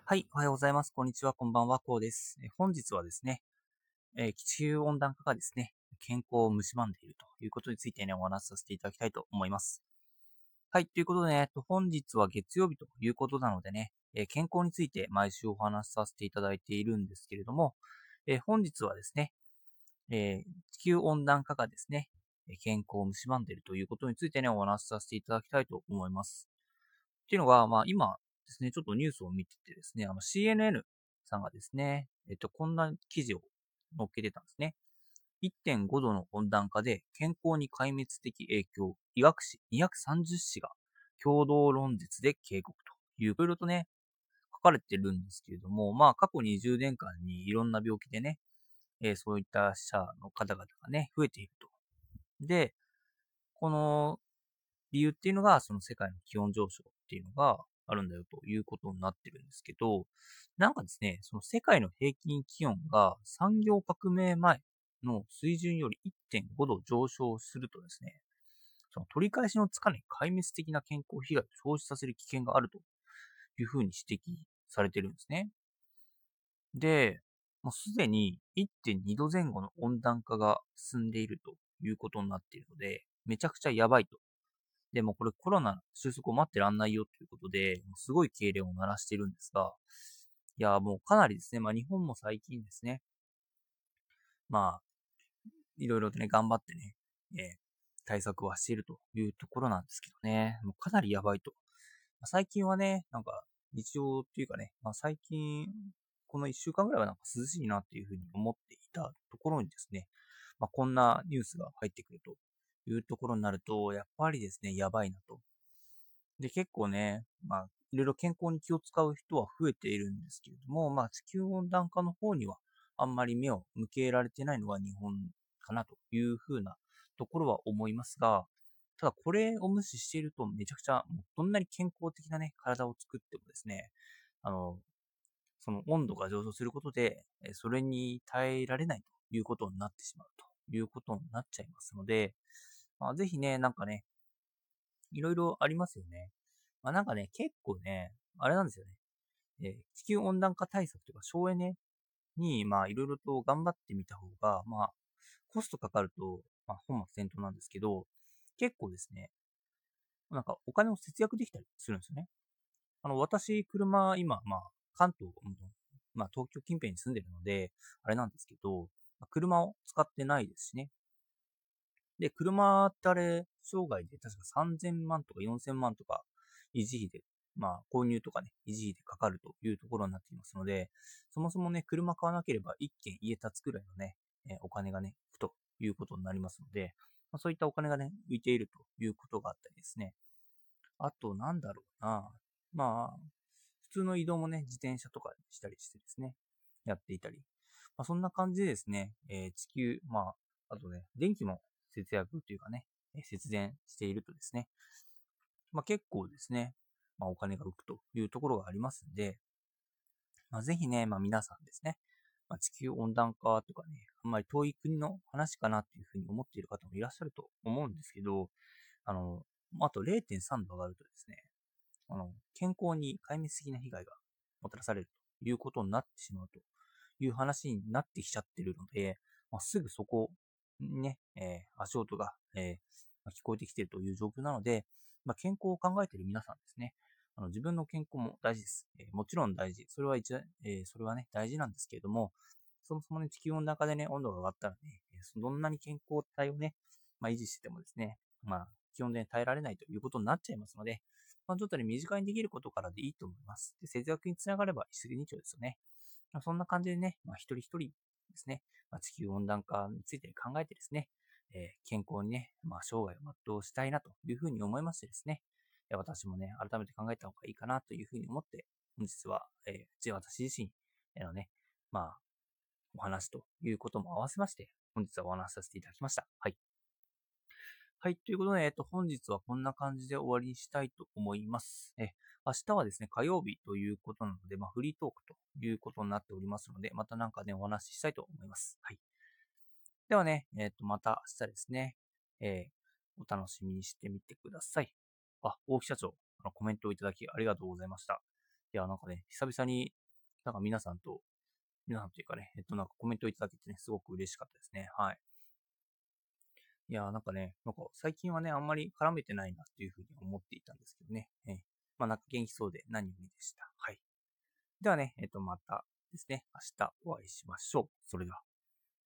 はい、おはようございます。こんにちは、こんばんは、こうです。本日はですね、地球温暖化がですね、健康を蝕んでいるということについてね、お話しさせていただきたいと思います。はい、ということでね、本日は月曜日ということなのでね、健康について毎週お話しさせていただいているんですけれども、本日はですね、地球温暖化がですね、健康を蝕んでいるということについてね、お話しさせていただきたいと思います。っていうのが、今ですね、ちょっとニュースを見ててですね、CNN さんがですね、こんな記事を載っけてたんですね。1.5度の温暖化で健康に壊滅的影響、医学誌230誌が共同論説で警告という、いろいろとね、書かれてるんですけれども、過去20年間にいろんな病気でね、そういった死者の方々がね、増えていると。で、この理由っていうのが、その世界の気温上昇っていうのがあるんだよということになってるんですけど、なんかですね、その世界の平均気温が産業革命前の水準より1.5度上昇するとですね、その取り返しのつかない壊滅的な健康被害を生じさせる危険があるというふうに指摘されてるんですね。で、もうすでに1.2度前後の温暖化が進んでいるということになっているので、めちゃくちゃやばいと。でもこれコロナ収束を待ってらんないよということで、すごい敬礼を鳴らしているんですが、いや、もうかなりですね、日本も最近ですね、まあ、いろいろとね、頑張ってね、対策はしているというところなんですけどね、もうかなりやばいと。最近はね、なんか、日常っていうかね、最近、この1週間ぐらいはなんか涼しいなっていうふうに思っていたところにですね、こんなニュースが入ってくるというところになると、やっぱりですね、やばいなと。で、結構ね、いろいろ健康に気を使う人は増えているんですけれども、地球温暖化の方にはあんまり目を向けられてないのが日本かなというふうなところは思いますが、ただこれを無視しているとめちゃくちゃ、もうどんなに健康的なね、体を作ってもですね、あの、その温度が上昇することで、それに耐えられないということになってしまうということになっちゃいますので、ぜひね、なんかね、いろいろありますよね。なんかね、結構ね、あれなんですよね。地球温暖化対策というか省エネに、いろいろと頑張ってみた方が、コストかかると、本末転倒なんですけど、結構ですね、なんかお金を節約できたりするんですよね。私、車、今、関東、東京近辺に住んでるので、あれなんですけど、車を使ってないですしね。で、車ってあれ、生涯で確か3000万とか4000万とか、維持費で、購入とかね、維持費でかかるというところになっていますので、そもそもね、車買わなければ一軒家建つくらいのね、お金がね、浮くということになりますので、そういったお金がね、浮いているということがあったりですね。あと、なんだろうな。普通の移動もね、自転車とかしたりしてですね、やっていたり。そんな感じでですね、地球、あとね、電気も節約というかね、節電しているとですね、結構ですね、お金が浮くというところがありますんで、ぜひね、皆さんですね、地球温暖化とかね、あんまり遠い国の話かなっていうふうに思っている方もいらっしゃると思うんですけど、あの、あと0.3度上がるとですね、健康に壊滅的な被害がもたらされるということになってしまうという話になってきちゃってるので、すぐそこにね、足音が、聞こえてきているという状況なので、健康を考えている皆さんですね、自分の健康も大事です。もちろん大事。それはそれはね、大事なんですけれども、そもそもね、地球温暖化でね、温度が上がったらね、どんなに健康体をね、維持しててもですね、気温で耐えられないということになっちゃいますので、ちょっとね、身近にできることからでいいと思います。で、節約につながれば一石二鳥ですよね。そんな感じでね、一人一人ですね、地球温暖化について考えてですね、健康にね、生涯を全うしたいなというふうに思いましてですね、私もね、改めて考えた方がいいかなというふうに思って、本日は、私自身へのね、まあ、お話ということも合わせまして、本日はお話しさせていただきました。はい。はい。ということで、本日はこんな感じで終わりにしたいと思います。明日はですね、火曜日ということなので、フリートークということになっておりますので、またなんかね、お話ししたいと思います。はい。ではね、また明日ですね、お楽しみにしてみてください。大木社長、コメントをいただきありがとうございました。いや、なんかね、久々になんか皆さんというかね、なんかコメントいただけてね、すごく嬉しかったですね。はい。いやー、なんかね、なんか最近はね、あんまり絡めてないなっていうふうに思っていたんですけどね。まあなんか元気そうで何よりでした。はい。ではね、またですね、明日お会いしましょう。それでは。